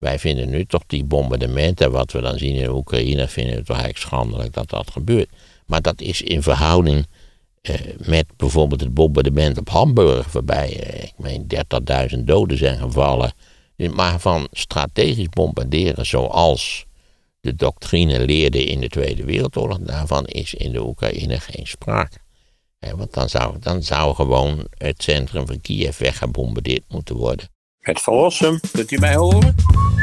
Wij vinden nu toch die bombardementen, wat we dan zien in Oekraïne, vinden we het wel eigenlijk schandelijk dat dat gebeurt. Maar dat is in verhouding met bijvoorbeeld het bombardement op Hamburg, waarbij ik meen 30.000 doden zijn gevallen. Maar van strategisch bombarderen zoals de doctrine leerde in de Tweede Wereldoorlog, daarvan is in de Oekraïne geen sprake. Want dan zou gewoon het centrum van Kiev weggebombardeerd moeten worden. Het verlossen, kunt u mij horen?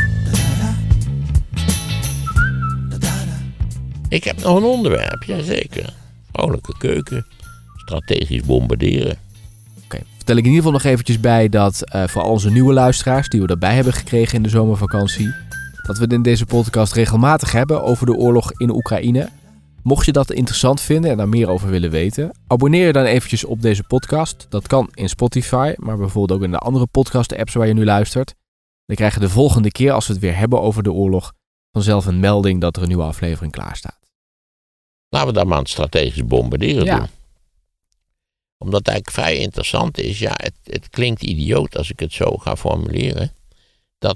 Ik heb nog een onderwerp, jazeker. Vrouwelijke keuken, strategisch bombarderen. Oké, vertel ik in ieder geval nog eventjes bij dat voor al onze nieuwe luisteraars die we daarbij hebben gekregen in de zomervakantie, dat we het in deze podcast regelmatig hebben over de oorlog in Oekraïne. Mocht je dat interessant vinden en daar meer over willen weten, abonneer je dan eventjes op deze podcast. Dat kan in Spotify, maar bijvoorbeeld ook in de andere podcast-apps waar je nu luistert. Dan krijg je de volgende keer, als we het weer hebben over de oorlog, vanzelf een melding dat er een nieuwe aflevering klaar staat. Laten we dan maar aan het strategisch bombarderen doen. Omdat het eigenlijk vrij interessant is. Ja, het klinkt idioot als ik het zo ga formuleren. Dat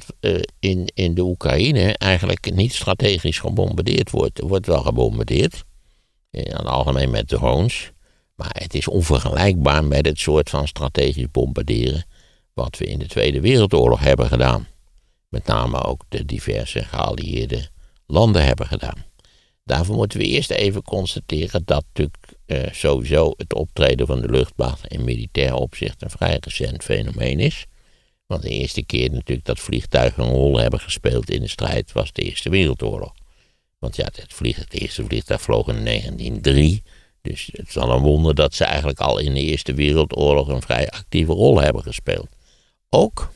in de Oekraïne eigenlijk niet strategisch gebombardeerd wordt. Er wordt wel gebombardeerd. In het algemeen met drones. Maar het is onvergelijkbaar met het soort van strategisch bombarderen wat we in de Tweede Wereldoorlog hebben gedaan. Met name ook de diverse geallieerde landen hebben gedaan. Daarvoor moeten we eerst even constateren dat natuurlijk sowieso het optreden van de luchtmacht in militair opzicht een vrij recent fenomeen is. Want de eerste keer natuurlijk dat vliegtuigen een rol hebben gespeeld in de strijd was de Eerste Wereldoorlog. Want ja, het eerste vliegtuig vloog in 1903. Dus het is wel een wonder dat ze eigenlijk al in de Eerste Wereldoorlog een vrij actieve rol hebben gespeeld. Ook,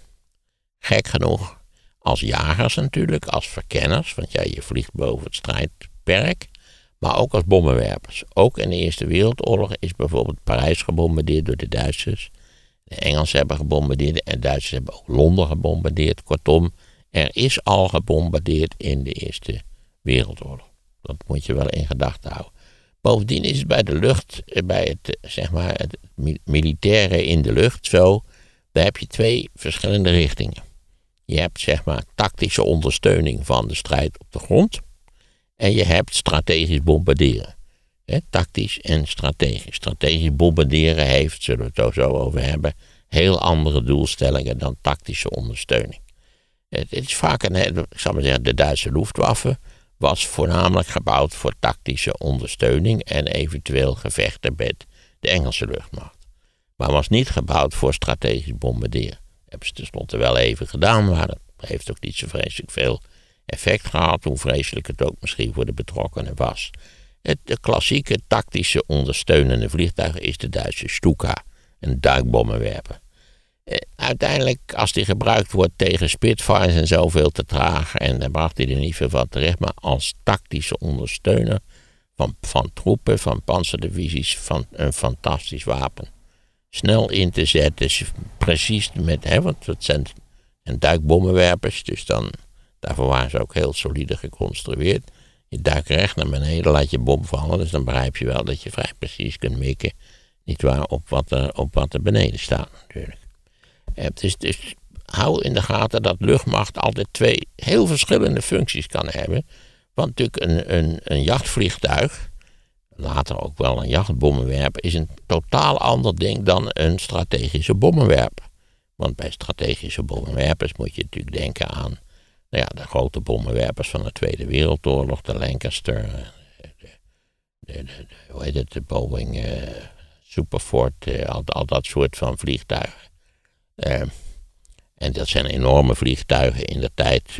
gek genoeg, als jagers natuurlijk, als verkenners. Want ja, je vliegt boven het strijdperk. Maar ook als bommenwerpers. Ook in de Eerste Wereldoorlog is bijvoorbeeld Parijs gebombardeerd door de Duitsers. De Engelsen hebben gebombardeerd en de Duitsers hebben ook Londen gebombardeerd. Kortom, er is al gebombardeerd in de Eerste Wereldoorlog. Dat moet je wel in gedachten houden. Bovendien is het bij de lucht, bij het militaire in de lucht zo, daar heb je twee verschillende richtingen. Je hebt tactische ondersteuning van de strijd op de grond. En je hebt strategisch bombarderen. Tactisch en strategisch. Strategisch bombarderen heeft, zullen we het zo over hebben, heel andere doelstellingen dan tactische ondersteuning. Het is vaak de Duitse Luftwaffe was voornamelijk gebouwd voor tactische ondersteuning en eventueel gevechten met de Engelse luchtmacht. Maar was niet gebouwd voor strategisch bombarderen. Hebben ze tenslotte wel even gedaan, maar dat heeft ook niet zo vreselijk veel effect gehad, hoe vreselijk het ook misschien voor de betrokkenen was. De klassieke tactische ondersteunende vliegtuig is de Duitse Stuka, een duikbommenwerper. Uiteindelijk, als die gebruikt wordt tegen Spitfires en zoveel te traag, en daar bracht hij er niet veel van terecht, maar als tactische ondersteuner van troepen, van panzerdivisies, van een fantastisch wapen. Snel in te zetten, precies want het zijn duikbommenwerpers, dus daarvoor waren ze ook heel solide geconstrueerd. Je duikt recht naar beneden, laat je bom vallen, dus dan begrijp je wel dat je vrij precies kunt mikken, nietwaar, op wat er beneden staat natuurlijk. Dus hou in de gaten dat luchtmacht altijd twee heel verschillende functies kan hebben. Want natuurlijk een jachtvliegtuig, later ook wel een jachtbommenwerper, is een totaal ander ding dan een strategische bommenwerper. Want bij strategische bommenwerpers moet je natuurlijk denken aan de grote bommenwerpers van de Tweede Wereldoorlog, de Lancaster, de Boeing Superford, al dat soort van vliegtuigen. En dat zijn enorme vliegtuigen in de tijd,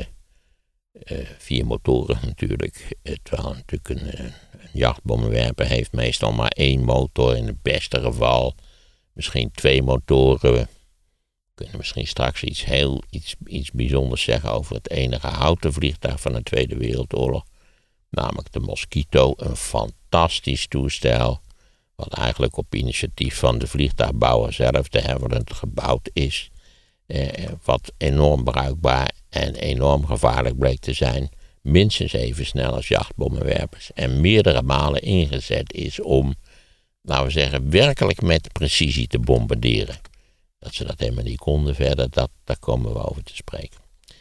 4 motoren natuurlijk, terwijl natuurlijk een jachtbommenwerper heeft meestal maar 1 motor in het beste geval, misschien 2 motoren. We kunnen misschien straks iets bijzonders zeggen over het enige houten vliegtuig van de Tweede Wereldoorlog, namelijk de Mosquito, een fantastisch toestel, wat eigenlijk op initiatief van de vliegtuigbouwer zelf, de Havilland, gebouwd is. Wat enorm bruikbaar en enorm gevaarlijk bleek te zijn. Minstens even snel als jachtbommenwerpers. En meerdere malen ingezet is om, laten we zeggen, werkelijk met precisie te bombarderen. Dat ze dat helemaal niet konden verder, daar komen we over te spreken.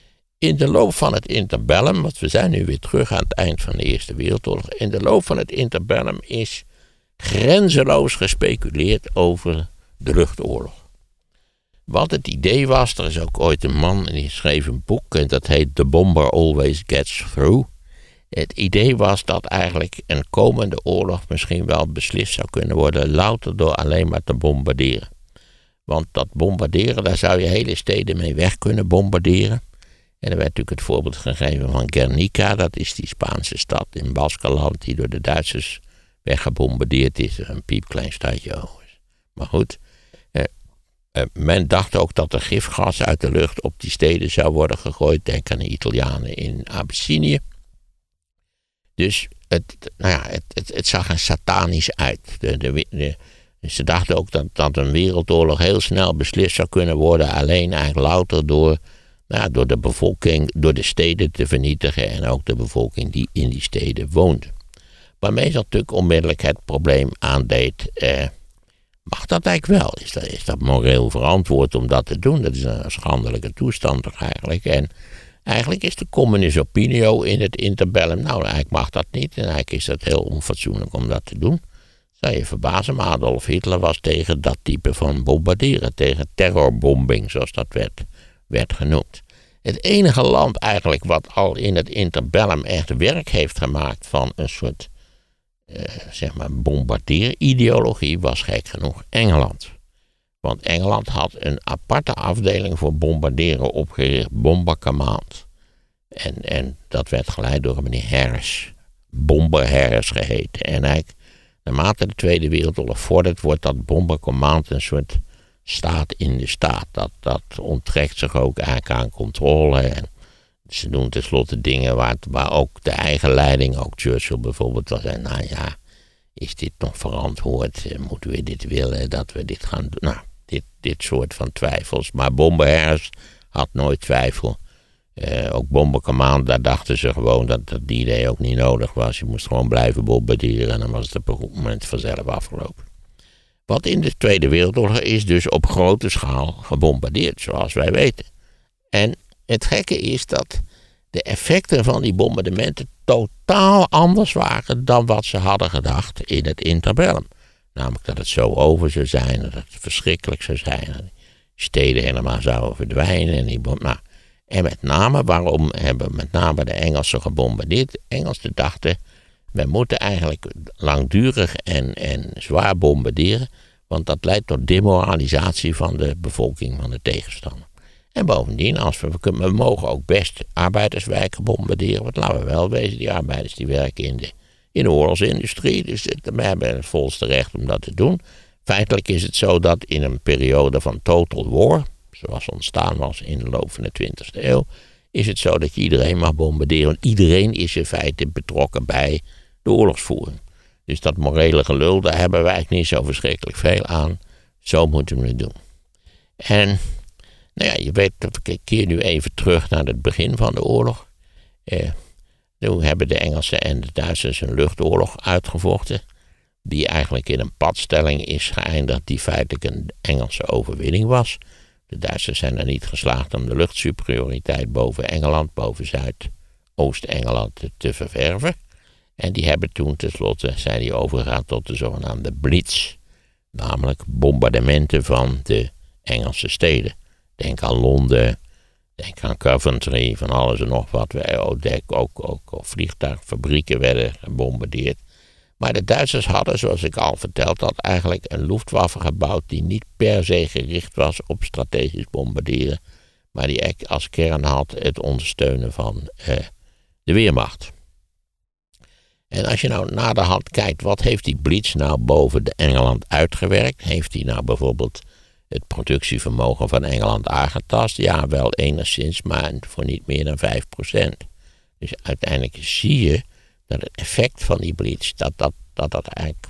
in de loop van het interbellum, want we zijn nu weer terug aan het eind van de Eerste Wereldoorlog. In de loop van het interbellum is grenzeloos gespeculeerd over de luchtoorlog. Wat het idee was, er is ook ooit een man en die schreef een boek en dat heet The Bomber Always Gets Through. Het idee was dat eigenlijk een komende oorlog misschien wel beslist zou kunnen worden louter door alleen maar te bombarderen. Want dat bombarderen, daar zou je hele steden mee weg kunnen bombarderen. En er werd natuurlijk het voorbeeld gegeven van Guernica, dat is die Spaanse stad in Baskenland die door de Duitsers weggebombardeerd is. Een piepklein stadje overigens. Maar goed, men dacht ook dat er gifgas uit de lucht op die steden zou worden gegooid. Denk aan de Italianen in Abyssinië. Dus het zag er satanisch uit. Ze dachten ook dat een wereldoorlog heel snel beslist zou kunnen worden. Alleen eigenlijk louter door de bevolking, door de steden te vernietigen. En ook de bevolking die in die steden woonde. Waarmee ze natuurlijk onmiddellijk het probleem aandeed. Mag dat eigenlijk wel? Is dat moreel verantwoord om dat te doen? Dat is een schandelijke toestand toch eigenlijk. En eigenlijk is de communis opinio in het interbellum. Nou, eigenlijk mag dat niet. En eigenlijk is dat heel onfatsoenlijk om dat te doen. Zou je verbazen, maar Adolf Hitler was tegen dat type van bombarderen. Tegen terrorbombing, zoals dat werd genoemd. Het enige land eigenlijk wat al in het interbellum echt werk heeft gemaakt van een soort bombardeerideologie was gek genoeg Engeland. Want Engeland had een aparte afdeling voor bombarderen opgericht, Bomber Command. En dat werd geleid door meneer Harris. Bomber Harris geheten. En eigenlijk, naarmate de Tweede Wereldoorlog vordert, wordt dat Bomber Command een soort staat in de staat. Dat onttrekt zich ook eigenlijk aan controle. En ze doen tenslotte dingen waar ook de eigen leiding, ook Churchill bijvoorbeeld, was zei, nou ja, is dit nog verantwoord? Moeten we dit willen, dat we dit gaan doen? Nou, dit soort van twijfels. Maar Bomber Harris had nooit twijfel. Ook Bomber Command, daar dachten ze gewoon dat die idee ook niet nodig was. Je moest gewoon blijven bombarderen en dan was het op een goed moment vanzelf afgelopen. Wat in de Tweede Wereldoorlog is dus op grote schaal gebombardeerd, zoals wij weten. En het gekke is dat de effecten van die bombardementen totaal anders waren dan wat ze hadden gedacht in het interbellum. Namelijk dat het zo over zou zijn, dat het verschrikkelijk zou zijn, dat steden helemaal zouden verdwijnen. En met name, waarom hebben met name de Engelsen gebombardeerd? De Engelsen dachten, we moeten eigenlijk langdurig en zwaar bombarderen, want dat leidt tot demoralisatie van de bevolking van de tegenstander. En bovendien, we mogen ook best arbeiderswijken bombarderen, want laten we wel wezen, die arbeiders die werken in de oorlogsindustrie, dus we hebben het volste recht om dat te doen. Feitelijk is het zo dat in een periode van total war, zoals ontstaan was in de loop van de 20e eeuw, is het zo dat je iedereen mag bombarderen, want iedereen is in feite betrokken bij de oorlogsvoering. Dus dat morele gelul, daar hebben we eigenlijk niet zo verschrikkelijk veel aan. Zo moeten we het doen. En je weet, ik keer nu even terug naar het begin van de oorlog. Toen hebben de Engelsen en de Duitsers een luchtoorlog uitgevochten, die eigenlijk in een padstelling is geëindigd die feitelijk een Engelse overwinning was. De Duitsers zijn er niet geslaagd om de luchtsuperioriteit boven Engeland, boven Zuidoost-Engeland te verwerven. En die hebben toen tenslotte zijn die overgegaan tot de zogenaamde Blitz. Namelijk bombardementen van de Engelse steden. Denk aan Londen, denk aan Coventry, van alles en nog wat. Ook vliegtuigfabrieken werden gebombardeerd. Maar de Duitsers hadden, zoals ik al verteld had, eigenlijk een Luftwaffe gebouwd die niet per se gericht was op strategisch bombarderen, maar die als kern had het ondersteunen van de Weermacht. En als je nou naderhand kijkt, wat heeft die Blitz nou boven de Engeland uitgewerkt? Heeft hij nou bijvoorbeeld het productievermogen van Engeland aangetast? Ja, wel enigszins, maar voor niet meer dan 5%. Dus uiteindelijk zie je dat het effect van die Blitz, dat eigenlijk,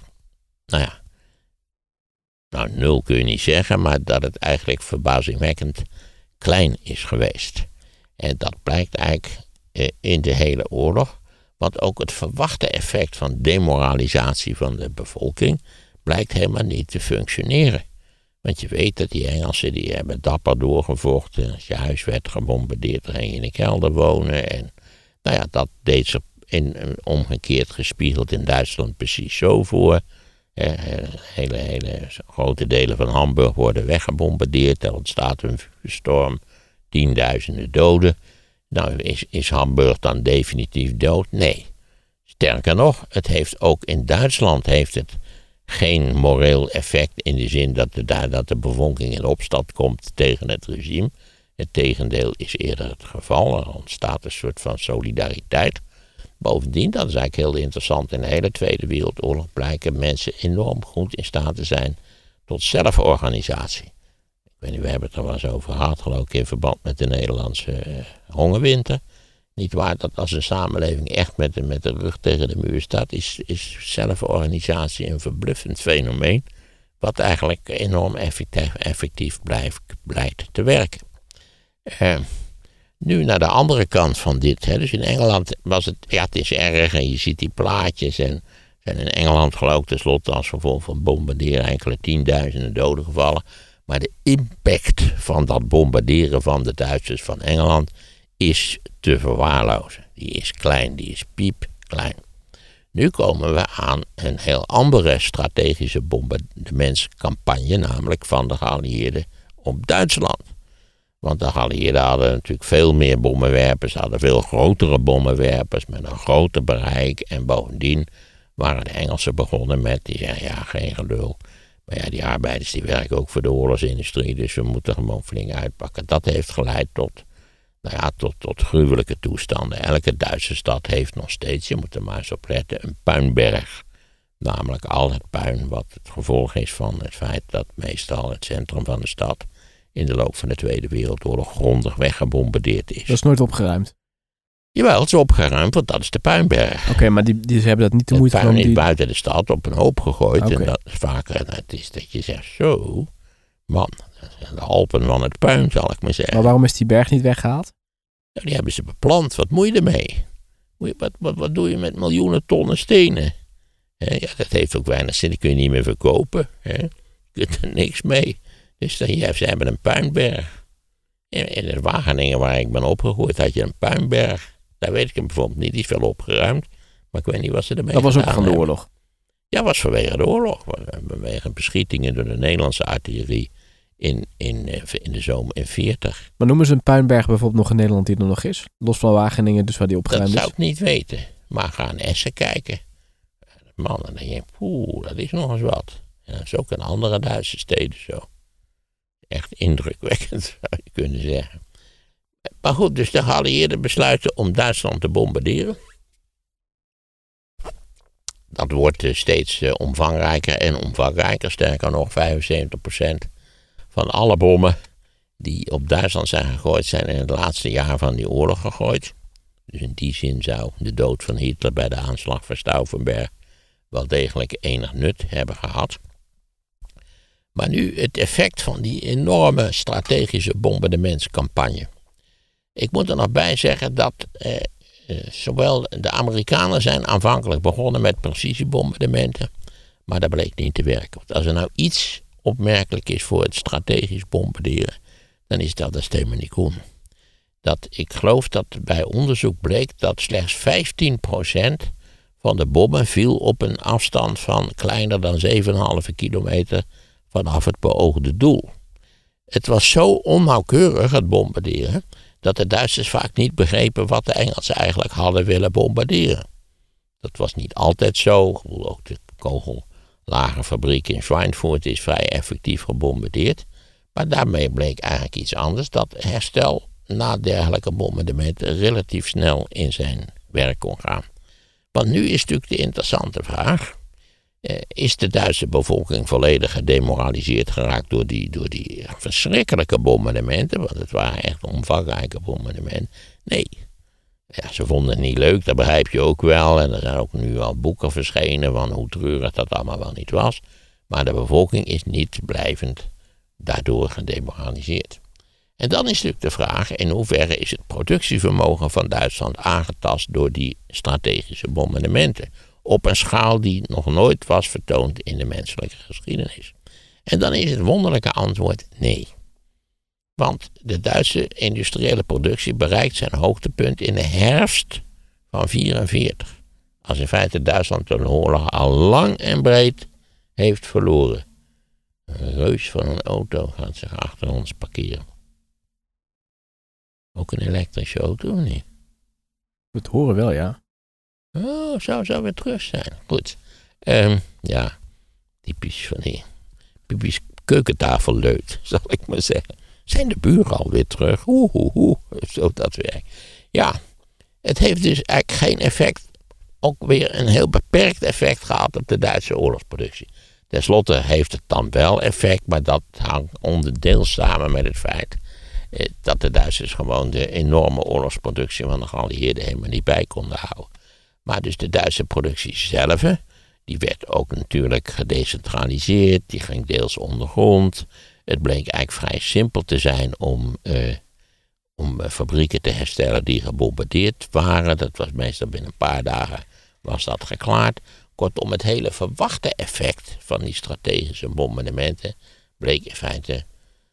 nul kun je niet zeggen, maar dat het eigenlijk verbazingwekkend klein is geweest. En dat blijkt eigenlijk in de hele oorlog. Want ook het verwachte effect van demoralisatie van de bevolking blijkt helemaal niet te functioneren. Want je weet dat die Engelsen, die hebben dapper doorgevochten. Als je huis werd gebombardeerd, dan ging je in de kelder wonen. En nou ja, dat deed zich omgekeerd gespiegeld in Duitsland precies zo voor. Hele grote delen van Hamburg worden weggebombardeerd. Er ontstaat een vuurstorm, 10.000 doden. Nou, is Hamburg dan definitief dood? Nee. Sterker nog, het heeft ook in Duitsland geen moreel effect in de zin dat de bevolking in opstand komt tegen het regime. Het tegendeel is eerder het geval. Er ontstaat een soort van solidariteit. Bovendien, dat is eigenlijk heel interessant, in de hele Tweede Wereldoorlog blijken mensen enorm goed in staat te zijn tot zelforganisatie. Ik weet niet, we hebben het er wel eens over gehad, geloof ik, in verband met de Nederlandse hongerwinter. Niet waar dat als een samenleving echt met de rug tegen de muur staat, is zelforganisatie een verbluffend fenomeen, wat eigenlijk enorm effectief blijkt te werken. Nu naar de andere kant van dit. Dus in Engeland was het, het is erg en je ziet die plaatjes en zijn in Engeland geloof ik tenslotte als gevolg van bombarderen enkele 10.000 doden gevallen. Maar de impact van dat bombarderen van de Duitsers van Engeland is te verwaarlozen. Die is klein, die is piepklein. Nu komen we aan een heel andere strategische bombardementscampagne, namelijk van de geallieerden op Duitsland. Want de geallieerden hadden natuurlijk veel meer bommenwerpers, hadden veel grotere bommenwerpers met een groter bereik. En bovendien waren de Engelsen begonnen met, die zeiden geen gelul. Maar ja, die arbeiders die werken ook voor de oorlogsindustrie, dus we moeten gewoon flink uitpakken. Dat heeft geleid tot gruwelijke toestanden. Elke Duitse stad heeft nog steeds, je moet er maar eens op letten, een puinberg. Namelijk al het puin wat het gevolg is van het feit dat meestal het centrum van de stad in de loop van de Tweede Wereldoorlog grondig weggebombardeerd is. Dat is nooit opgeruimd? Jawel, het is opgeruimd, want dat is de puinberg. Oké, maar die hebben dat niet de moeite genomen. Het puin is buiten de stad op een hoop gegooid. Okay. En dat is vaker, het is dat je zegt, zo, man, dat zijn de Alpen van het puin, zal ik maar zeggen. Maar waarom is die berg niet weggehaald? Nou, die hebben ze beplant, wat moet je ermee? Wat doe je met miljoenen tonnen stenen? Dat heeft ook weinig zin, die kun je niet meer verkopen. Je kunt er niks mee. Dus ze hebben een puinberg. In Wageningen, waar ik ben opgegroeid, had je een puinberg. Daar weet ik hem bijvoorbeeld niet, die is wel opgeruimd. Maar ik weet niet wat ze ermee gedaan hebben. Dat was ook van de oorlog? Ja, was vanwege de oorlog. Vanwege beschietingen door de Nederlandse artillerie in de zomer in 40. Maar noemen ze een puinberg bijvoorbeeld nog in Nederland die er nog is? Los van Wageningen, dus waar die opgeruimd is? Dat zou ik niet weten. Maar ga in Essen kijken. Man, dan denk je, dat is nog eens wat. En dat is ook in andere Duitse steden zo. Echt indrukwekkend, zou je kunnen zeggen. Maar goed, dus de geallieerden besluiten om Duitsland te bombarderen. Dat wordt steeds omvangrijker en omvangrijker. Sterker nog, 75% van alle bommen die op Duitsland zijn gegooid, zijn in het laatste jaar van die oorlog gegooid. Dus in die zin zou de dood van Hitler bij de aanslag van Stauffenberg wel degelijk enig nut hebben gehad. Maar nu het effect van die enorme strategische bombardementscampagne. Ik moet er nog bij zeggen dat zowel de Amerikanen zijn aanvankelijk begonnen met precisiebombardementen, maar dat bleek niet te werken. Want als er nou iets opmerkelijk is voor het strategisch bombarderen, dan is dat helemaal niet goed. Ik geloof dat bij onderzoek bleek dat slechts 15% van de bommen viel op een afstand van kleiner dan 7,5 kilometer vanaf het beoogde doel. Het was zo onnauwkeurig, het bombarderen, dat de Duitsers vaak niet begrepen wat de Engelsen eigenlijk hadden willen bombarderen. Dat was niet altijd zo. Ook de kogellagerfabriek in Schweinfurt is vrij effectief gebombardeerd. Maar daarmee bleek eigenlijk iets anders, dat herstel na dergelijke bombardementen relatief snel in zijn werk kon gaan. Want nu is natuurlijk de interessante vraag: is de Duitse bevolking volledig gedemoraliseerd geraakt door die verschrikkelijke bombardementen? Want het waren echt omvangrijke bombardementen. Nee. Ja, ze vonden het niet leuk, dat begrijp je ook wel. En er zijn ook nu al boeken verschenen van hoe treurig dat allemaal wel niet was. Maar de bevolking is niet blijvend daardoor gedemoraliseerd. En dan is natuurlijk de vraag: in hoeverre is het productievermogen van Duitsland aangetast door die strategische bombardementen? Op een schaal die nog nooit was vertoond in de menselijke geschiedenis. En dan is het wonderlijke antwoord nee. Want de Duitse industriële productie bereikt zijn hoogtepunt in de herfst van 1944. Als in feite Duitsland door de oorlog al lang en breed heeft verloren. Een reus van een auto gaat zich achter ons parkeren. Ook een elektrische auto, of niet? Het horen wel, ja. Oh, zou weer terug zijn. Goed. Ja, typisch van die keukentafelleut, zal ik maar zeggen. Zijn de buren alweer terug? Zo dat werkt. Ja, het heeft dus eigenlijk geen effect, ook weer een heel beperkt effect gehad op de Duitse oorlogsproductie. Ten slotte heeft het dan wel effect, maar dat hangt onderdeels samen met het feit dat de Duitsers gewoon de enorme oorlogsproductie van de geallieerden helemaal niet bij konden houden. Maar dus de Duitse productie zelf, die werd ook natuurlijk gedecentraliseerd, die ging deels ondergrond. Het bleek eigenlijk vrij simpel te zijn om fabrieken te herstellen die gebombardeerd waren. Dat was meestal binnen een paar dagen was dat geklaard. Kortom, het hele verwachte effect van die strategische bombardementen bleek in feite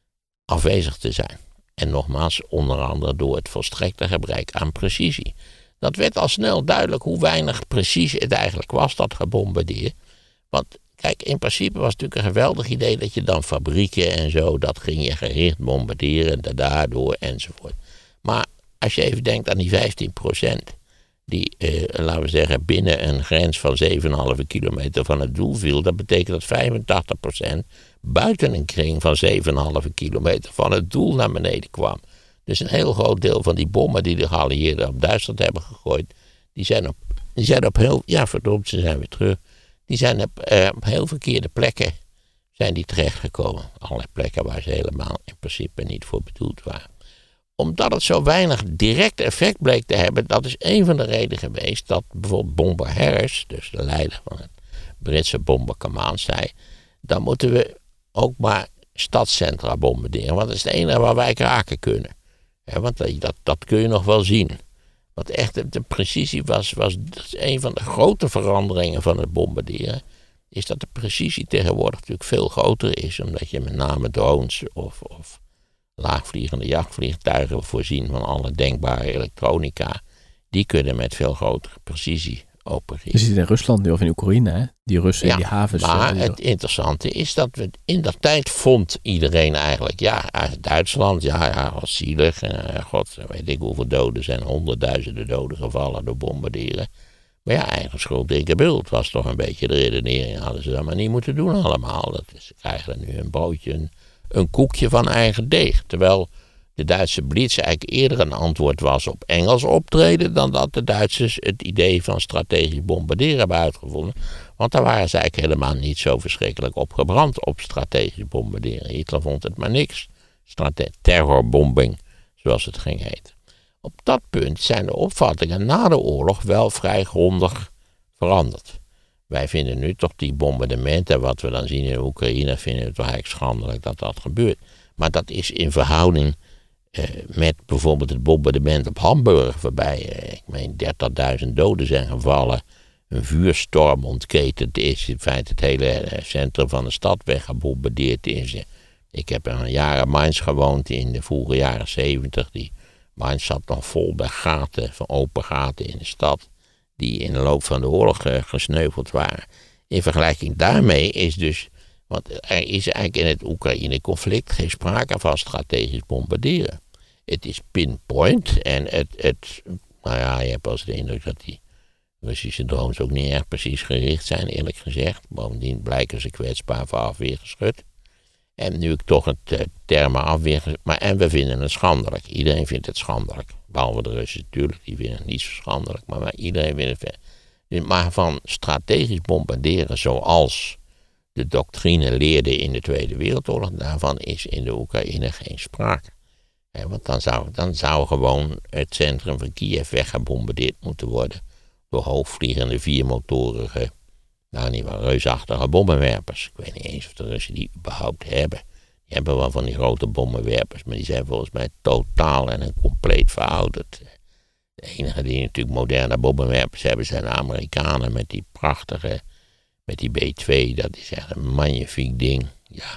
afwezig te zijn. En nogmaals, onder andere door het volstrekte gebrek aan precisie. Dat werd al snel duidelijk hoe weinig precies het eigenlijk was, dat gebombardeerd. Want kijk, in principe was het natuurlijk een geweldig idee dat je dan fabrieken en zo, dat ging je gericht bombarderen, daardoor enzovoort. Maar als je even denkt aan die 15% die, laten we zeggen, binnen een grens van 7,5 kilometer van het doel viel, dat betekent dat 85% buiten een kring van 7,5 kilometer van het doel naar beneden kwam. Dus een heel groot deel van die bommen die de geallieerden op Duitsland hebben gegooid, die zijn op heel, ja verdomd, ze zijn weer terug. Die zijn op heel verkeerde plekken zijn die terechtgekomen. Allerlei plekken waar ze helemaal in principe niet voor bedoeld waren. Omdat het zo weinig direct effect bleek te hebben, dat is een van de redenen geweest dat bijvoorbeeld bomber Harris, dus de leider van het Britse bomberkamaan, zei, dan moeten we ook maar stadscentra bombarderen. Want dat is het enige waar wij kraken kunnen. Want dat kun je nog wel zien. Wat echt de precisie was dat is een van de grote veranderingen van het bombarderen, is dat de precisie tegenwoordig natuurlijk veel groter is, omdat je met name drones of laagvliegende jachtvliegtuigen voorzien van alle denkbare elektronica, die kunnen met veel grotere precisie opereren. Je ziet het in Rusland nu of in Oekraïne, hè? Die Russen in die havens. Maar het interessante is dat we in dat tijd vond iedereen eigenlijk, Duitsland, was zielig. En god, weet ik hoeveel doden zijn, honderdduizenden doden gevallen door bombarderen. Maar ja, eigen schuld, dikke bult, was toch een beetje de redenering. Hadden ze dat maar niet moeten doen allemaal. Ze krijgen er nu een broodje, een koekje van eigen deeg. Terwijl de Duitse Blitz eigenlijk eerder een antwoord was op Engels optreden dan dat de Duitsers het idee van strategisch bombarderen hebben uitgevonden. Want daar waren ze eigenlijk helemaal niet zo verschrikkelijk op gebrand op strategisch bombarderen. Hitler vond het maar niks. Terrorbombing, zoals het ging heten. Op dat punt zijn de opvattingen na de oorlog wel vrij grondig veranderd. Wij vinden nu toch die bombardementen, wat we dan zien in Oekraïne, vinden het wel eigenlijk schandelijk dat dat gebeurt. Maar dat is in verhouding met bijvoorbeeld het bombardement op Hamburg, waarbij ik meen 30.000 doden zijn gevallen, een vuurstorm ontketend is, in feite het hele centrum van de stad weggebombardeerd is. Ik heb een jaar in Mainz gewoond in de vroege jaren 70. Die Mainz zat nog vol bij gaten, van open gaten in de stad, die in de loop van de oorlog gesneuveld waren. In vergelijking daarmee is dus, want er is eigenlijk in het Oekraïne-conflict geen sprake van strategisch bombarderen. Het is pinpoint en je hebt wel eens de indruk dat die Russische drones ook niet erg precies gericht zijn, eerlijk gezegd. Bovendien blijken ze kwetsbaar voor afweergeschut. En nu ik toch het termen afweergeschut, en we vinden het schandelijk. Iedereen vindt het schandelijk. Behalve de Russen natuurlijk, die vinden het niet zo schandelijk, maar iedereen vindt het. Maar van strategisch bombarderen zoals de doctrine leerde in de Tweede Wereldoorlog, daarvan is in de Oekraïne geen sprake. Want dan zou gewoon het centrum van Kiev weggebombardeerd moeten worden door hoogvliegende viermotorige, reusachtige bommenwerpers. Ik weet niet eens of de Russen die überhaupt hebben. Die hebben wel van die grote bommenwerpers, maar die zijn volgens mij totaal en compleet verouderd. De enige die natuurlijk moderne bommenwerpers hebben zijn de Amerikanen met die prachtige, met die B-2. Dat is echt een magnifiek ding. Ja,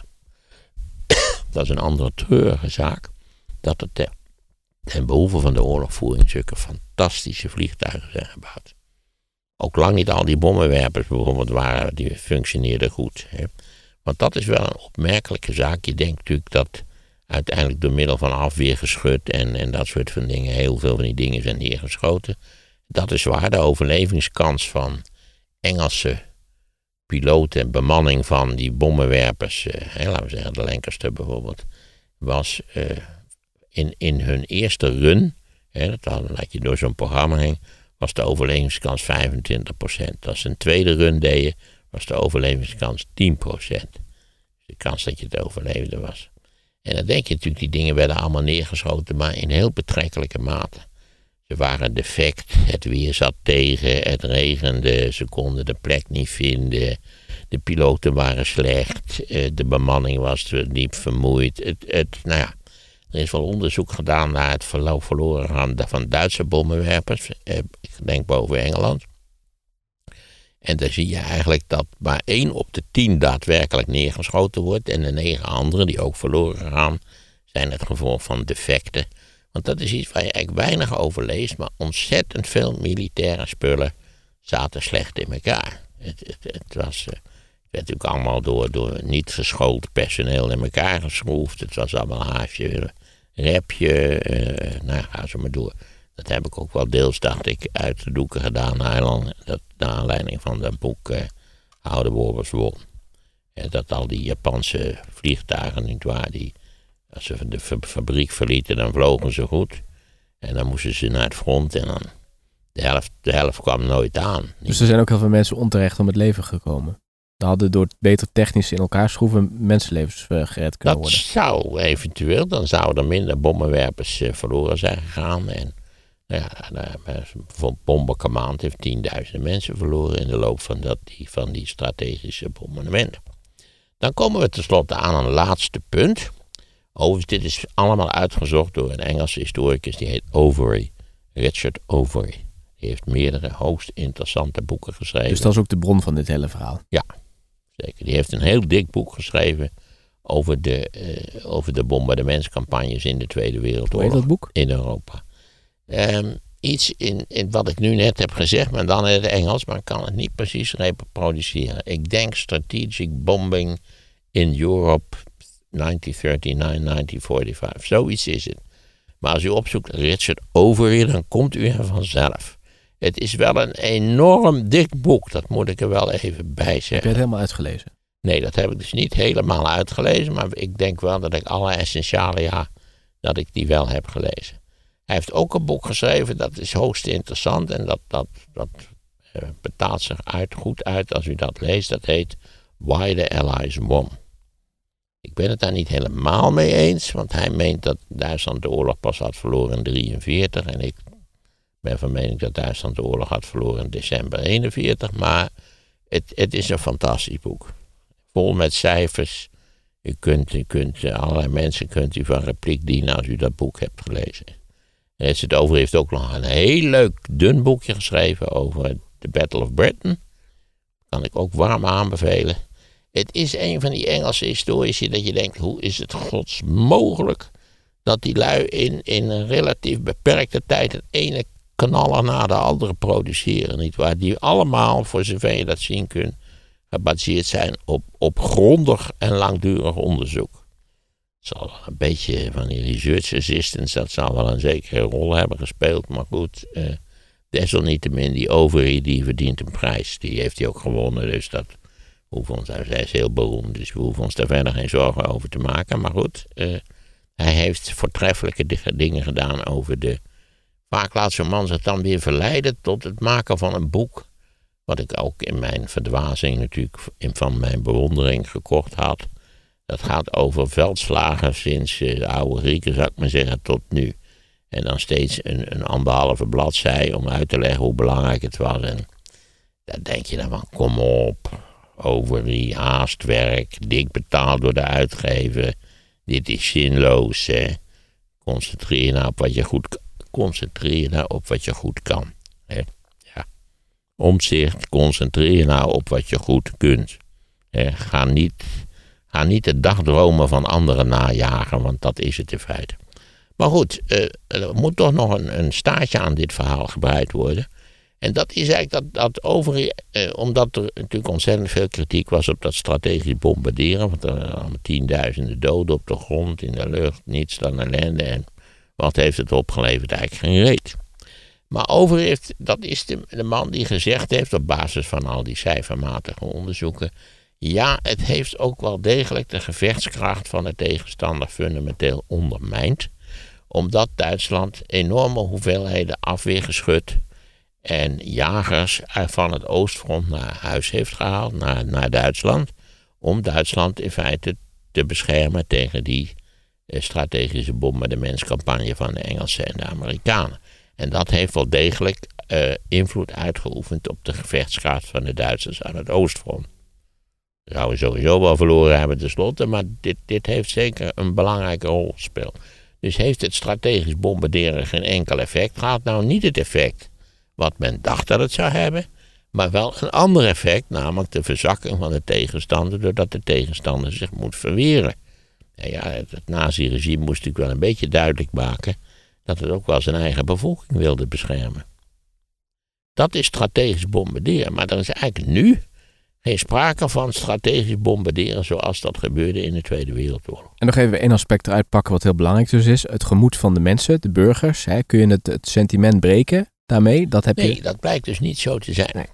dat is een andere treurige zaak. Dat er ten behoeve van de oorlogvoering zulke fantastische vliegtuigen zijn gebouwd. Ook lang niet al die bommenwerpers bijvoorbeeld die functioneerden goed. Hè. Want dat is wel een opmerkelijke zaak. Je denkt natuurlijk dat uiteindelijk door middel van afweergeschut en dat soort van dingen, heel veel van die dingen zijn neergeschoten. Dat is waar. De overlevingskans van Engelse piloten en bemanning van die bommenwerpers, laten we zeggen de Lancaster bijvoorbeeld, was in hun eerste run, dat je door zo'n programma ging, was de overlevingskans 25%. Als ze een tweede run deden, was de overlevingskans 10%. Dus de kans dat je het overleefde was. En dan denk je natuurlijk, die dingen werden allemaal neergeschoten, maar in heel betrekkelijke mate. Ze waren defect, het weer zat tegen, het regende, ze konden de plek niet vinden. De piloten waren slecht, de bemanning was diep vermoeid. Er is wel onderzoek gedaan naar het verloren gaan van Duitse bommenwerpers, ik denk boven Engeland. En dan zie je eigenlijk dat maar 1 op de 10 daadwerkelijk neergeschoten wordt. En de 9 anderen die ook verloren gaan, zijn het gevolg van defecten. Want dat is iets waar je eigenlijk weinig over leest, maar ontzettend veel militaire spullen zaten slecht in elkaar. Het werd natuurlijk allemaal door niet geschoold personeel in elkaar geschroefd. Het was allemaal haasje, repje, ga zo maar door. Dat heb ik ook wel deels, dacht ik, uit de doeken gedaan naar aanleiding van dat boek How the War Was Won. Dat al die Japanse vliegtuigen, nietwaar, die als ze de fabriek verlieten, dan vlogen ze goed. En dan moesten ze naar het front en dan de helft kwam nooit aan. Dus er zijn ook heel veel mensen onterecht om het leven gekomen. Dan hadden door het beter technisch in elkaar schroeven mensenlevens gered kunnen worden. Dat zou eventueel, dan zouden er minder bommenwerpers verloren zijn gegaan. En bijvoorbeeld Bombercommand heeft 10.000 mensen verloren in de loop van die strategische bombardementen. Dan komen we tenslotte aan een laatste punt. Overigens, dit is allemaal uitgezocht door een Engelse historicus, die heet Overy. Richard Overy. Die heeft meerdere hoogst interessante boeken geschreven. Dus dat is ook de bron van dit hele verhaal? Ja, zeker. Die heeft een heel dik boek geschreven over de bombardementscampagnes in de Tweede Wereldoorlog. Hoe heet dat boek? In Europa. Iets in wat ik nu net heb gezegd, maar dan in het Engels, maar ik kan het niet precies reproduceren. Ik denk Strategic Bombing in Europe 1939-1945. Zoiets is het. Maar als u opzoekt Richard Overy, dan komt u er vanzelf. Het is wel een enorm dik boek, dat moet ik er wel even bij zeggen. Heb je het helemaal uitgelezen? Nee, dat heb ik dus niet helemaal uitgelezen, maar ik denk wel dat ik alle essentialen, dat ik die wel heb gelezen. Hij heeft ook een boek geschreven, dat is hoogst interessant en dat betaalt zich goed uit als u dat leest. Dat heet Why the Allies Won. Ik ben het daar niet helemaal mee eens, want hij meent dat Duitsland de oorlog pas had verloren in 1943. En ik ben van mening dat Duitsland de oorlog had verloren in december 1941. Maar het is een fantastisch boek. Vol met cijfers. Allerlei mensen kunt u van repliek dienen als u dat boek hebt gelezen. Richard Overy heeft ook nog een heel leuk dun boekje geschreven over de Battle of Britain. Kan ik ook warm aanbevelen. Het is een van die Engelse historici dat je denkt, hoe is het gods mogelijk dat die lui in een relatief beperkte tijd het ene kanaller na de andere produceren, nietwaar? Die allemaal, voor zover je dat zien kunt, gebaseerd zijn op grondig en langdurig onderzoek. Het zal een beetje van die research assistants, dat zal wel een zekere rol hebben gespeeld, maar goed, desalniettemin die Overy, die verdient een prijs. Die heeft hij ook gewonnen, dus dat hij is heel beroemd, dus we hoeven ons daar verder geen zorgen over te maken. Maar goed, hij heeft voortreffelijke dingen gedaan over Vaak laat zo'n man zich dan weer verleiden tot het maken van een boek. Wat ik ook in mijn verdwazing natuurlijk van mijn bewondering gekocht had. Dat gaat over veldslagen sinds de oude Grieken, zou ik maar zeggen, tot nu. En dan steeds een 1,5 bladzij om uit te leggen hoe belangrijk het was. En dan denk je dan van, kom op. Overy, haastwerk, dik betaald door de uitgever. Dit is zinloos. Concentreer je nou op wat je goed kan. Hè? Ja. Omtzigt, concentreer je nou op wat je goed kunt. Ga Ga niet de dagdromen van anderen najagen, want dat is het in feite. Maar goed, er moet toch nog een staartje aan dit verhaal gebreid worden. En dat is eigenlijk omdat er natuurlijk ontzettend veel kritiek was op dat strategisch bombarderen. Want er waren tienduizenden doden op de grond, in de lucht, niets dan ellende. En wat heeft het opgeleverd? Eigenlijk geen reet. Maar dat is de man die gezegd heeft, op basis van al die cijfermatige onderzoeken, ja, het heeft ook wel degelijk de gevechtskracht van de tegenstander fundamenteel ondermijnd. Omdat Duitsland enorme hoeveelheden afweergeschut en jagers van het oostfront naar huis heeft gehaald, naar Duitsland. Om Duitsland in feite te beschermen tegen die strategische bombardementscampagne van de Engelsen en de Amerikanen. En dat heeft wel degelijk invloed uitgeoefend op de gevechtskracht van de Duitsers aan het oostfront. Zouden we sowieso wel verloren hebben tenslotte, maar dit heeft zeker een belangrijke rol gespeeld. Dus heeft het strategisch bombarderen geen enkel effect gehad? Nou, niet het effect wat men dacht dat het zou hebben, maar wel een ander effect, namelijk de verzakking van de tegenstander, doordat de tegenstander zich moet verweren. Ja, het nazi-regime moest natuurlijk wel een beetje duidelijk maken dat het ook wel zijn eigen bevolking wilde beschermen. Dat is strategisch bombarderen, maar er is eigenlijk nu geen sprake van strategisch bombarderen zoals dat gebeurde in de Tweede Wereldoorlog. En nog even één aspect eruit pakken wat heel belangrijk dus is. Het gemoed van de mensen, de burgers. Hè, kun je het sentiment breken daarmee? Nee, dat blijkt dus niet zo te zijn. Nee.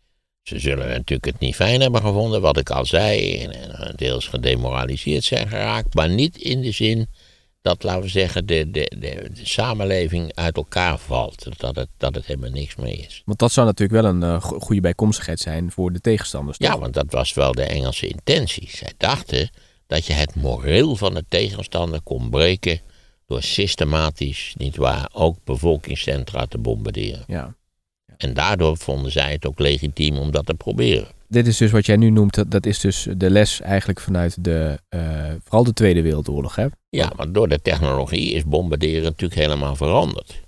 Ze zullen natuurlijk het niet fijn hebben gevonden, wat ik al zei, en deels gedemoraliseerd zijn geraakt, maar niet in de zin dat, laten we zeggen, de samenleving uit elkaar valt. Dat het helemaal niks meer is. Want dat zou natuurlijk wel een goede bijkomstigheid zijn voor de tegenstanders. Toch? Ja, want dat was wel de Engelse intentie. Zij dachten dat je het moreel van de tegenstander kon breken door systematisch, nietwaar, ook bevolkingscentra te bombarderen. Ja. En daardoor vonden zij het ook legitiem om dat te proberen. Dit is dus wat jij nu noemt, dat is dus de les eigenlijk vanuit vooral de Tweede Wereldoorlog, hè? Ja, maar door de technologie is bombarderen natuurlijk helemaal veranderd.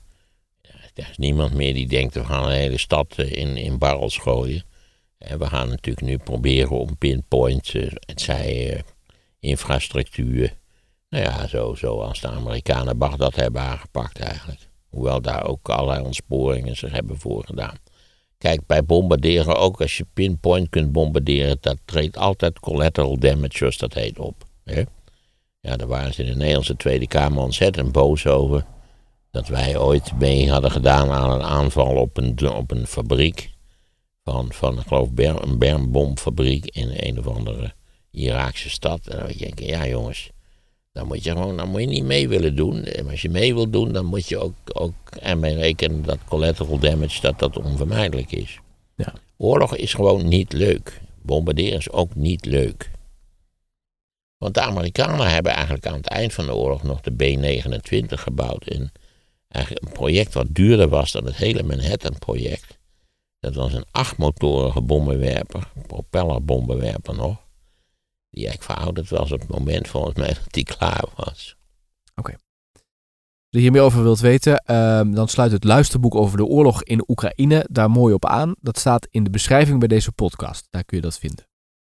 Er is niemand meer die denkt, we gaan een hele stad in barrels gooien. En we gaan natuurlijk nu proberen om pinpoint, het zij infrastructuur. Nou ja, zoals de Amerikanen Bagdad hebben aangepakt eigenlijk. Hoewel daar ook allerlei ontsporingen zich hebben voorgedaan. Kijk, bij bombarderen, ook als je pinpoint kunt bombarderen, dat treedt altijd collateral damage, zoals dat heet, op. Hè? Ja, daar waren ze in de Nederlandse Tweede Kamer ontzettend boos over. Dat wij ooit mee hadden gedaan aan een aanval op een fabriek. Van ik geloof, een bermbomfabriek in een of andere Iraakse stad. En dan denk je, ja jongens, dan moet je niet mee willen doen. En als je mee wil doen, dan moet je ook ermee rekenen dat collateral damage, dat onvermijdelijk is. Ja. Oorlog is gewoon niet leuk. Bombarderen is ook niet leuk. Want de Amerikanen hebben eigenlijk aan het eind van de oorlog nog de B-29 gebouwd. En eigenlijk een project wat duurder was dan het hele Manhattan-project. Dat was een 8-motorige bommenwerper, propellerbommenwerper nog. Die eigenlijk verouderd was op het moment volgens mij dat die klaar was. Oké. Als je hier meer over wilt weten, dan sluit het luisterboek over de oorlog in Oekraïne daar mooi op aan. Dat staat in de beschrijving bij deze podcast. Daar kun je dat vinden.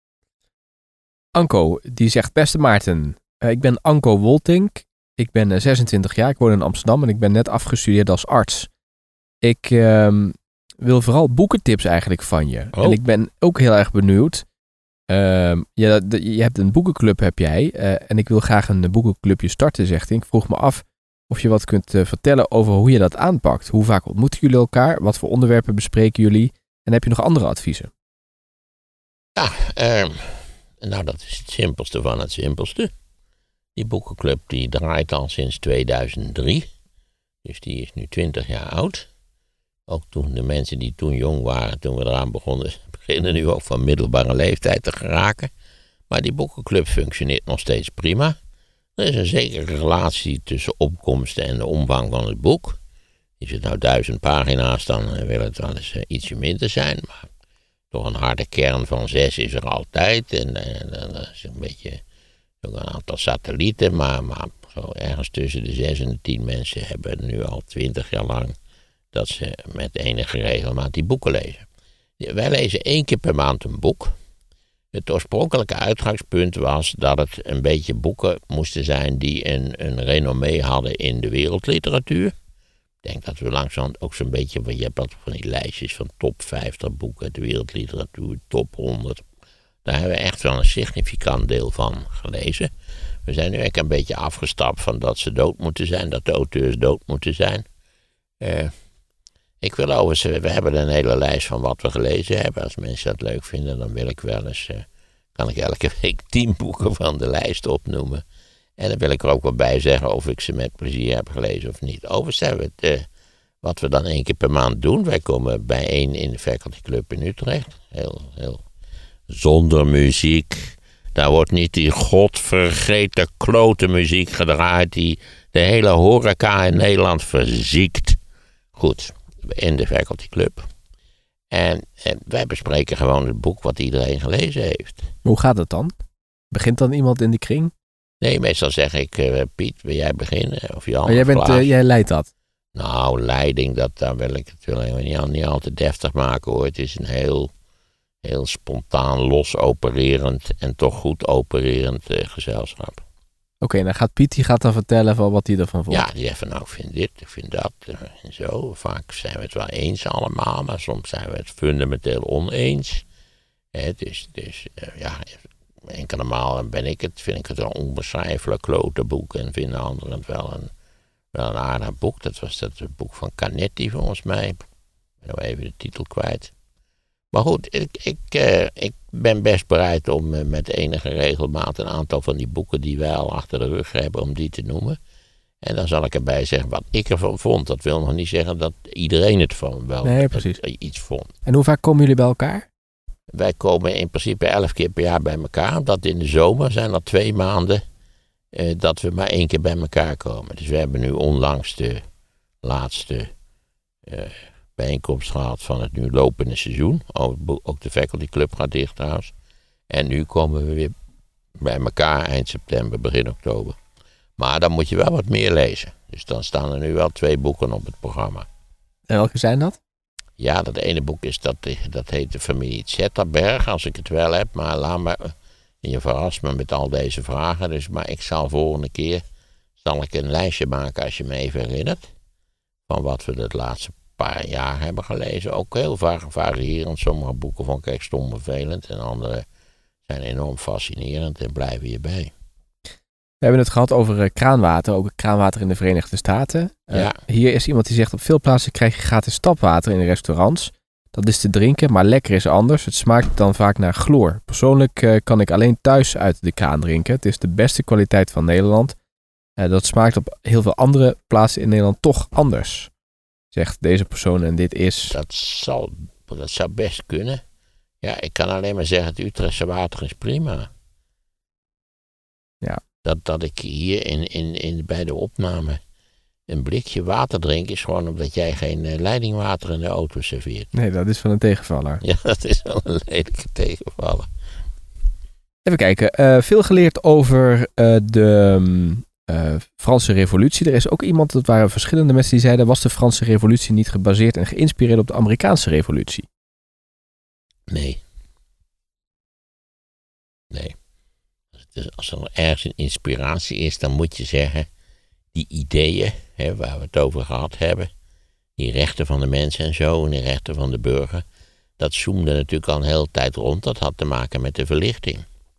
Anko, die zegt, beste Maarten, ik ben Anko Woltink. Ik ben 26 jaar, ik woon in Amsterdam en ik ben net afgestudeerd als arts. Ik wil vooral boekentips eigenlijk van je. Oh. En ik ben ook heel erg benieuwd. Je hebt een boekenclub, heb jij. En ik wil graag een boekenclubje starten, zegt hij. Ik vroeg me af of je wat kunt vertellen over hoe je dat aanpakt. Hoe vaak ontmoeten jullie elkaar? Wat voor onderwerpen bespreken jullie? En heb je nog andere adviezen? Ja, nou dat is het simpelste van het simpelste. Die boekenclub die draait al sinds 2003. Dus die is nu 20 jaar oud. Ook toen de mensen die toen jong waren, toen we eraan begonnen, beginnen nu ook van middelbare leeftijd te geraken. Maar die boekenclub functioneert nog steeds prima. Er is een zekere relatie tussen opkomsten en de omvang van het boek. Is het nou 1000 pagina's, dan wil het wel eens ietsje minder zijn. Maar toch een harde kern van 6 is er altijd. En dan is een beetje ook een aantal satellieten. Maar zo ergens tussen de 6 en de 10 mensen hebben nu al 20 jaar lang dat ze met enige regelmaat die boeken lezen. Wij lezen 1 keer per maand een boek. Het oorspronkelijke uitgangspunt was dat het een beetje boeken moesten zijn die een renommee hadden in de wereldliteratuur. Ik denk dat we langzaam ook zo'n beetje, je hebt dat van die lijstjes van top 50 boeken uit de wereldliteratuur, top 100. Daar hebben we echt wel een significant deel van gelezen. We zijn nu eigenlijk een beetje afgestapt van dat ze dood moeten zijn, dat de auteurs dood moeten zijn. Ik wil overigens, we hebben een hele lijst van wat we gelezen hebben. Als mensen dat leuk vinden, dan wil ik wel eens, kan ik elke week 10 boeken van de lijst opnoemen. En dan wil ik er ook wel bij zeggen of ik ze met plezier heb gelezen of niet. Overigens hebben we het, wat we dan 1 keer per maand doen. Wij komen bijeen in de Faculty Club in Utrecht. Heel zonder muziek. Daar wordt niet die godvergeten klote muziek gedraaid die de hele horeca in Nederland verziekt. Goed, in de Faculty Club. En wij bespreken gewoon het boek wat iedereen gelezen heeft. Hoe gaat het dan? Begint dan iemand in die kring? Nee, meestal zeg ik, Piet, wil jij beginnen? Of Jan? Jij leidt dat? Nou, leiding, daar wil ik het niet al te deftig maken hoor. Het is een heel spontaan, los opererend en toch goed opererend gezelschap. Oké, dan gaat Piet, die gaat dan vertellen van wat hij ervan vond. Ja, die zegt van nou, ik vind dit, ik vind dat en zo. Vaak zijn we het wel eens allemaal, maar soms zijn we het fundamenteel oneens. Enkele malen vind ik het een onbeschrijfelijk klote boek en vinden anderen het wel een aardig boek. Dat was het boek van Canetti volgens mij. Ik ben nou even de titel kwijt. Maar goed, ik ben best bereid om met enige regelmaat een aantal van die boeken die wij al achter de rug hebben, om die te noemen. En dan zal ik erbij zeggen wat ik ervan vond. Dat wil nog niet zeggen dat iedereen het van wel iets vond. En hoe vaak komen jullie bij elkaar? Wij komen in principe 11 keer per jaar bij elkaar. Dat in de zomer zijn er 2 maanden dat we maar 1 keer bij elkaar komen. Dus we hebben nu onlangs de laatste bijeenkomst gehad van het nu lopende seizoen. Ook de Faculty Club gaat dicht trouwens. En nu komen we weer bij elkaar eind september, begin oktober. Maar dan moet je wel wat meer lezen. Dus dan staan er nu wel 2 boeken op het programma. En welke zijn dat? Ja, dat ene boek is dat heet de familie Zetterberg, als ik het wel heb. Maar laat maar, je verrast me met al deze vragen. Dus, maar ik zal volgende keer een lijstje maken, als je me even herinnert. Van wat we de laatste paar jaar hebben gelezen. Ook heel variërend. Sommige boeken vond ik echt stom vervelend. En andere zijn enorm fascinerend en blijven hierbij. We hebben het gehad over kraanwater, ook kraanwater in de Verenigde Staten. Ja. Hier is iemand die zegt, op veel plaatsen krijg je gratis tapwater in de restaurants. Dat is te drinken, maar lekker is anders. Het smaakt dan vaak naar chloor. Persoonlijk kan ik alleen thuis uit de kraan drinken. Het is de beste kwaliteit van Nederland. Dat smaakt op heel veel andere plaatsen in Nederland toch anders, zegt deze persoon, en dit is... Dat zou best kunnen. Ja, ik kan alleen maar zeggen, het Utrechtse water is prima. Ja. Dat ik hier bij de opname een blikje water drink, is gewoon omdat jij geen leidingwater in de auto serveert. Nee, dat is van een tegenvaller. Ja, dat is wel een lelijke tegenvaller. Even kijken. Veel geleerd over de Franse Revolutie. Er is ook iemand, dat waren verschillende mensen die zeiden, was de Franse Revolutie niet gebaseerd en geïnspireerd op de Amerikaanse Revolutie? Nee. Dus als er ergens een inspiratie is, dan moet je zeggen, die ideeën waar we het over gehad hebben, die rechten van de mensen en zo, en die rechten van de burger, dat zoomde natuurlijk al een hele tijd rond. Dat had te maken met de verlichting.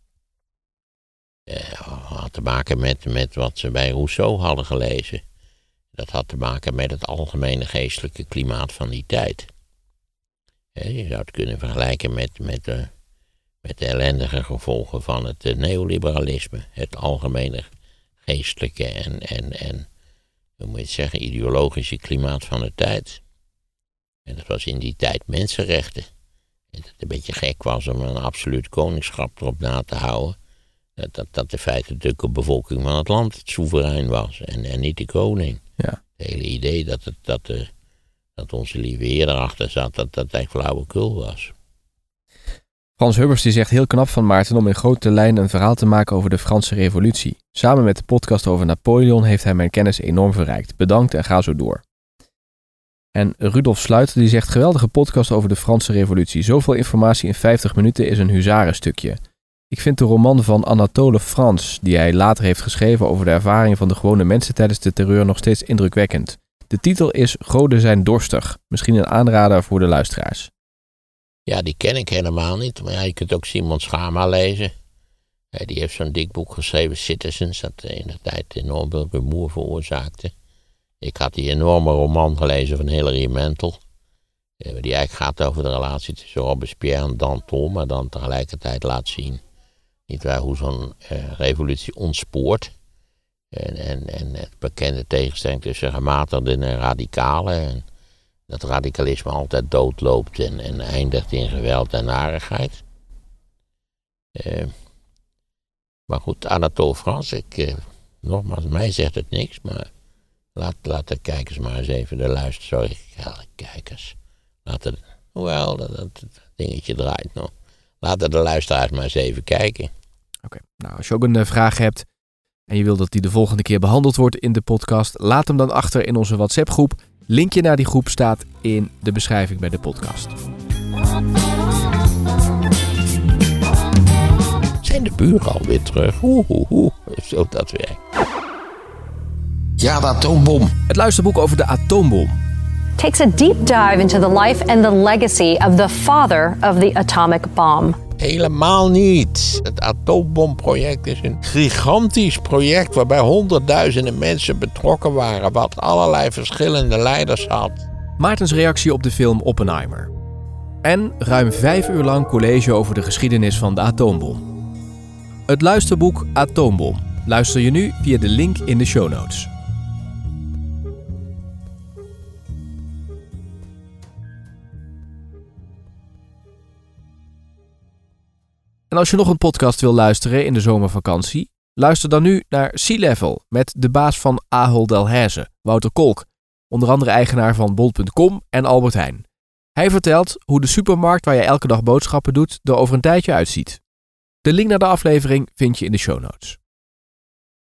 Had te maken met wat ze bij Rousseau hadden gelezen. Dat had te maken met het algemene geestelijke klimaat van die tijd. Je zou het kunnen vergelijken met de ellendige gevolgen van het neoliberalisme. Het algemene geestelijke en hoe moet je het zeggen, ideologische klimaat van de tijd. En dat was in die tijd mensenrechten. En dat het een beetje gek was om een absoluut koningschap erop na te houden. Dat de feitelijke bevolking van het land het soeverein was en niet de koning. Ja. Het hele idee dat onze lieve heer erachter zat, dat eigenlijk flauwekul was. Frans Hubbers die zegt, heel knap van Maarten om in grote lijnen een verhaal te maken over de Franse Revolutie. Samen met de podcast over Napoleon heeft hij mijn kennis enorm verrijkt. Bedankt en ga zo door. En Rudolf Sluiter die zegt, geweldige podcast over de Franse revolutie. Zoveel informatie in 50 minuten is een huzarenstukje. Ik vind de roman van Anatole France, die hij later heeft geschreven over de ervaringen van de gewone mensen tijdens de terreur, nog steeds indrukwekkend. De titel is Goden zijn dorstig. Misschien een aanrader voor de luisteraars. Ja, die ken ik helemaal niet. Maar ja, je kunt ook Simon Schama lezen. Die heeft zo'n dik boek geschreven, Citizens, dat in de tijd enorm veel rumoer veroorzaakte. Ik had die enorme roman gelezen van Hilary Mantel. Die eigenlijk gaat over de relatie tussen Robespierre en Danton, maar dan tegelijkertijd laat zien niet waar, hoe zo'n revolutie ontspoort. En het bekende tegenstelling tussen gematigden en radicalen. En dat radicalisme altijd doodloopt en eindigt in geweld en narigheid. Maar goed, Anatole France, nogmaals, mij zegt het niks, maar laat de kijkers maar eens even, kijkers. Hoewel, dat dingetje draait nog. Laten de luisteraars maar eens even kijken. Oké, nou als je ook een vraag hebt en je wil dat die de volgende keer behandeld wordt in de podcast, laat hem dan achter in onze WhatsApp groep. Linkje naar die groep staat in de beschrijving bij de podcast. Zijn de buren alweer terug? Hoe zo dat werkt. Ja, de atoombom. Het luisterboek over de atoombom takes a deep dive into the life and the legacy of the father of the atomic bomb. Helemaal niet. Het atoombomproject is een gigantisch project waarbij honderdduizenden mensen betrokken waren, wat allerlei verschillende leiders had. Maartens reactie op de film Oppenheimer. En ruim 5 uur lang college over de geschiedenis van de atoombom. Het luisterboek Atoombom luister je nu via de link in de show notes. En als je nog een podcast wil luisteren in de zomervakantie, luister dan nu naar Sea Level met de baas van Ahold Delhaize, Wouter Kolk, onder andere eigenaar van bol.com en Albert Heijn. Hij vertelt hoe de supermarkt waar je elke dag boodschappen doet er over een tijdje uitziet. De link naar de aflevering vind je in de show notes.